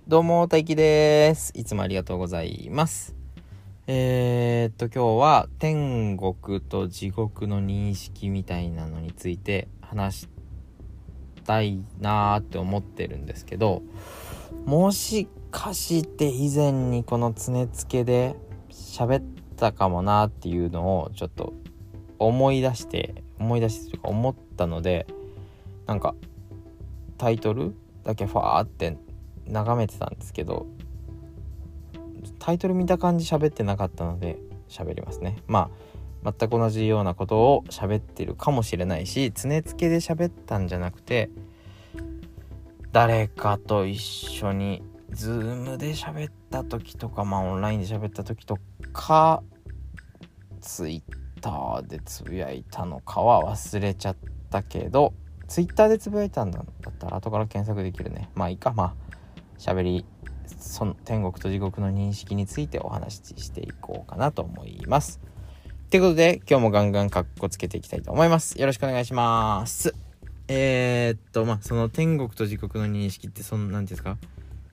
どうも大輝です。いつもありがとうございます。今日は天国と地獄の認識みたいなのについて話したいなーって思ってるんですけど、もしかして以前にこのつねつけで喋ったかもなーっていうのをちょっと思い出してというか思ったので、なんかタイトルだけファーって眺めてたんですけど、タイトル見た感じ喋ってなかったので喋りますね。全く同じようなことを喋ってるかもしれないし、つねつけで喋ったんじゃなくて誰かと一緒にズームで喋った時とか、オンラインで喋った時とか、ツイッターでつぶやいたのかは忘れちゃったけど、ツイッターでつぶやいたんだったら後から検索できるね。いいか。喋りその天国と地獄の認識についてお話ししていこうかなと思います。ということで今日もガンガンカッコつけていきたいと思います。よろしくお願いします。その天国と地獄の認識ってなんていうんですか、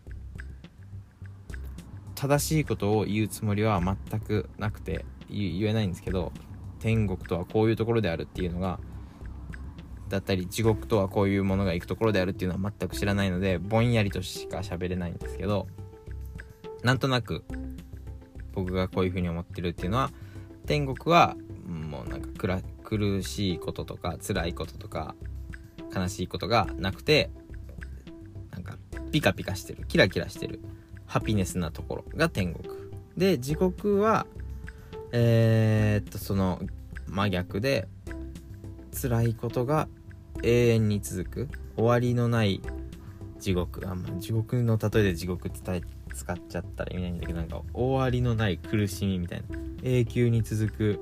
正しいことを言うつもりは全くなくて言えないんですけど、天国とはこういうところであるっていうのがだったり、地獄とはこういうものが行くところであるっていうのは全く知らないので、ぼんやりとしか喋れないんですけど、なんとなく僕がこういう風に思ってるっていうのは、天国はもうなんか苦しいこととか辛いこととか悲しいことがなくて、なんかピカピカしてる、キラキラしてるハピネスなところが天国で、地獄はその真逆で、辛いことが永遠に続く終わりのない地獄。地獄の例えで地獄って使っちゃったら意味ないんだけど、なんか終わりのない苦しみみたいな、永久に続く、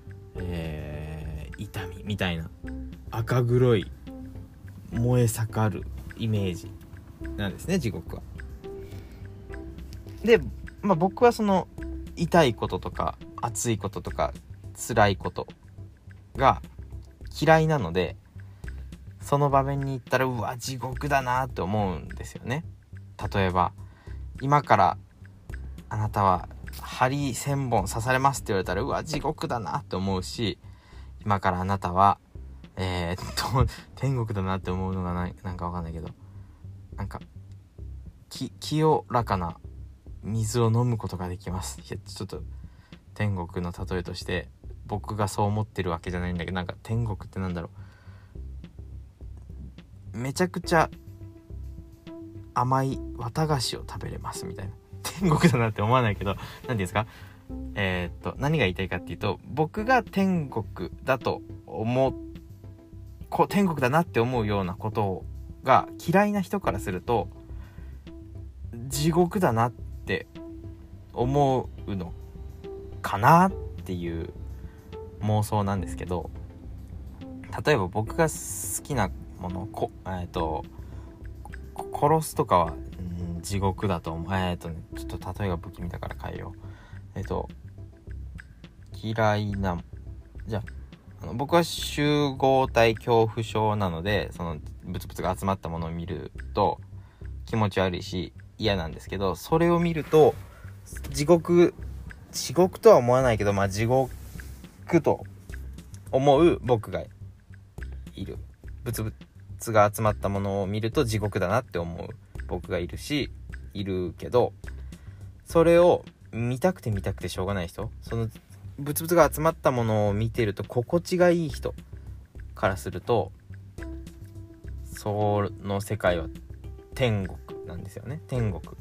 痛みみたいな、赤黒い燃え盛るイメージなんですね、地獄は。で、僕はその痛いこととか熱いこととか辛いことが嫌いなので、その場面に行ったら地獄だなって思うんですよね。例えば今からあなたは針1000本刺されますって言われたら地獄だなって思うし、今からあなたは天国だなって思うのがなんかわかんないけど、なんか清らかな水を飲むことができます。ちょっと天国の例えとして僕がそう思ってるわけじゃないんだけど、なんか天国ってなんだろう、めちゃくちゃ甘い綿菓子を食べれますみたいな。天国だなって思わないけど、何て言うんですか、何が言いたいかっていうと、僕が天国だと天国だなって思うようなことが嫌いな人からすると地獄だなって思うのかなっていう妄想なんですけど、例えば僕が好きなもの殺すとかは地獄だと思う。ちょっと例えが不気味だから変えよう。嫌いな、じゃあ僕は集合体恐怖症なので、そのブツブツが集まったものを見ると気持ち悪いし嫌なんですけど、それを見ると地獄とは思わないけど、地獄と思う僕がいる。ブツブツが集まったものを見ると地獄だなって思う僕がいるけど、それを見たくてしょうがない人、そのブツブツが集まったものを見てると心地がいい人からすると、その世界は天国なんですよね。天国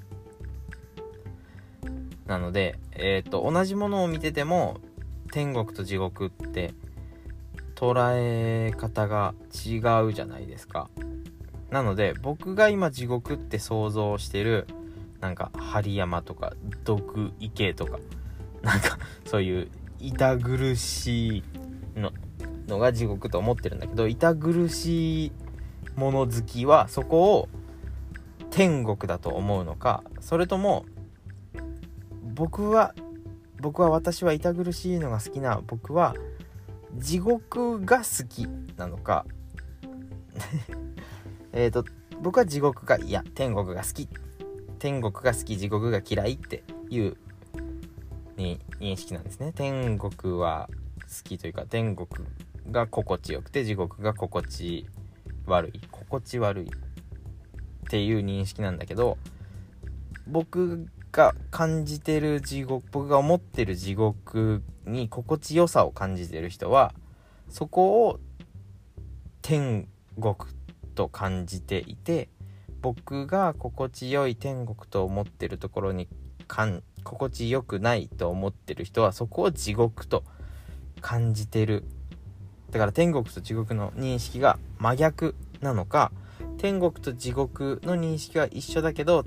なので、同じものを見てても天国と地獄って捉え方が違うじゃないですか。なので僕が今地獄って想像してる、なんか針山とか毒池とか、なんかそういう痛苦しいのが地獄と思ってるんだけど、痛苦しいもの好きはそこを天国だと思うのか、それとも私は痛苦しいのが好きな僕は地獄が好きなのか僕は地獄が天国が好きっ天国が好き地獄が嫌いっていう認識なんですね。天国は好きというか、天国が心地よくて地獄が心地悪いっていう認識なんだけど、僕が感じてる地獄、僕が思ってる地獄に心地よさを感じてる人はそこを天国と感じていて、僕が心地よい天国と思ってるところに心地よくないと思ってる人はそこを地獄と感じてる。だから天国と地獄の認識が真逆なのか、天国と地獄の認識は一緒だけど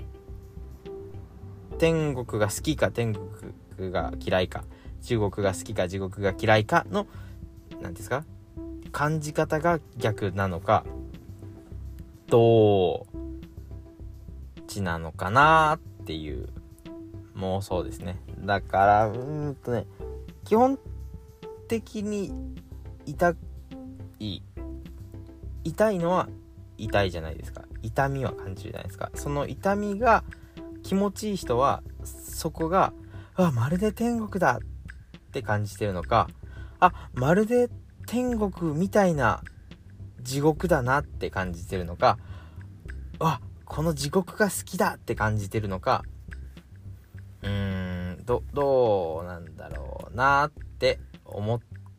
天国が好きか天国が嫌いか、地獄が好きか地獄が嫌いかの何ですか、感じ方が逆なのか、どっちなのかなっていう妄想ですね。だから基本的に痛いのは痛いじゃないですか。痛みは感じるじゃないですか。その痛みが気持ちいい人はそこがまるで天国だって感じてるのか、まるで天国みたいな地獄だなって感じてるのか、この地獄が好きだって感じてるのか、どうなんだろうなって思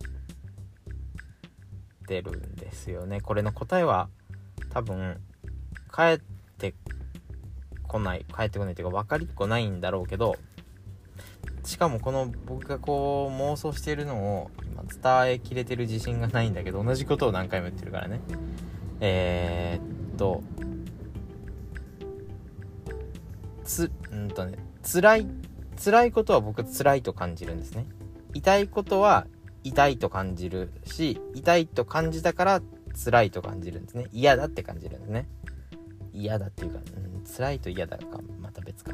ってるんですよね。これの答えは多分返ってこないというか分かりっこないんだろうけど、しかもこの僕がこう妄想しているのを今伝えきれてる自信がないんだけど、同じことを何回も言ってるからね。辛いことは僕辛いと感じるんですね。痛いことは痛いと感じるし、痛いと感じたから辛いと感じるんですね。嫌だって感じるんですね。嫌だっていうか、辛いと嫌だかまた別か。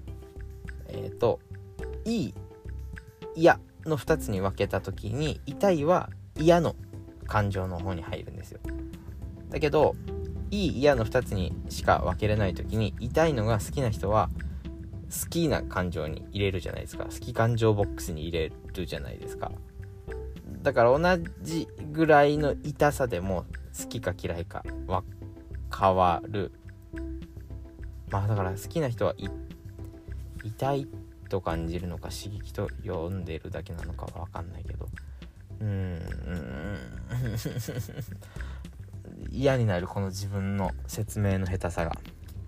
いい嫌の2つに分けた時に、痛いは嫌の感情の方に入るんですよ。だけどいい嫌の2つにしか分けれない時に、痛いのが好きな人は好きな感情に入れるじゃないですか。好き感情ボックスに入れるじゃないですか。だから同じぐらいの痛さでも好きか嫌いかは変わる。だから好きな人は痛いと感じるのか刺激と読んでるだけなのかは分かんないけど、嫌になるこの自分の説明の下手さが。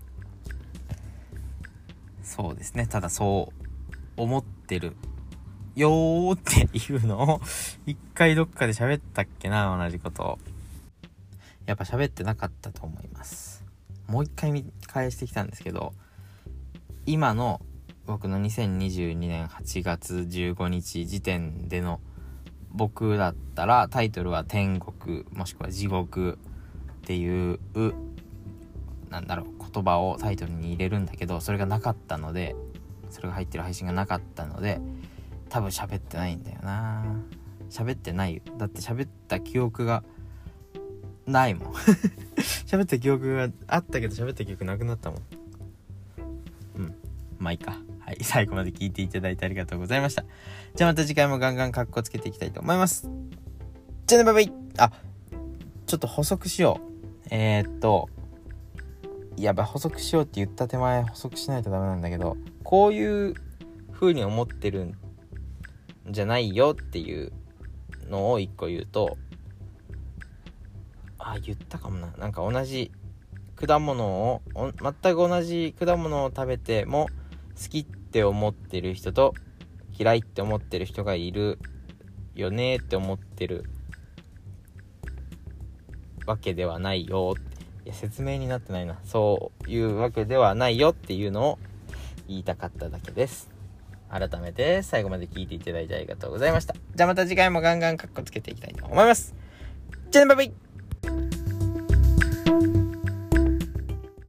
そうですね。ただそう思ってるよーっていうのを一回どっかで喋ったっけな、同じことを。やっぱ喋ってなかったと思います。もう一回見返してきたんですけど、今の僕の2022年8月15日時点での僕だったら、タイトルは天国もしくは地獄っていう言葉をタイトルに入れるんだけど、それがなかったので、それが入ってる配信がなかったので多分喋ってないんだよな。喋ってないよ。だって喋った記憶がないもん喋った記憶があったけど喋った記憶なくなったもん。いいか。はい、最後まで聞いていただいてありがとうございました。じゃあまた次回もガンガンカッコつけていきたいと思います。じゃあね、バイバイ。ちょっと補足しよう。やばい、補足しようって言った手前補足しないとダメなんだけど、こういう風に思ってるんじゃないよっていうのを一個言うと、言ったかもな。なんか同じ果物を全く同じ果物を食べても好きって思ってる人と嫌いって思ってる人がいるよねって思ってるわけではないよ。説明になってないな。そういうわけではないよっていうのを言いたかっただけです。改めて最後まで聞いていただいてありがとうございました。じゃあまた次回もガンガンカッコつけていきたいと思います。じゃあね、バイバイ。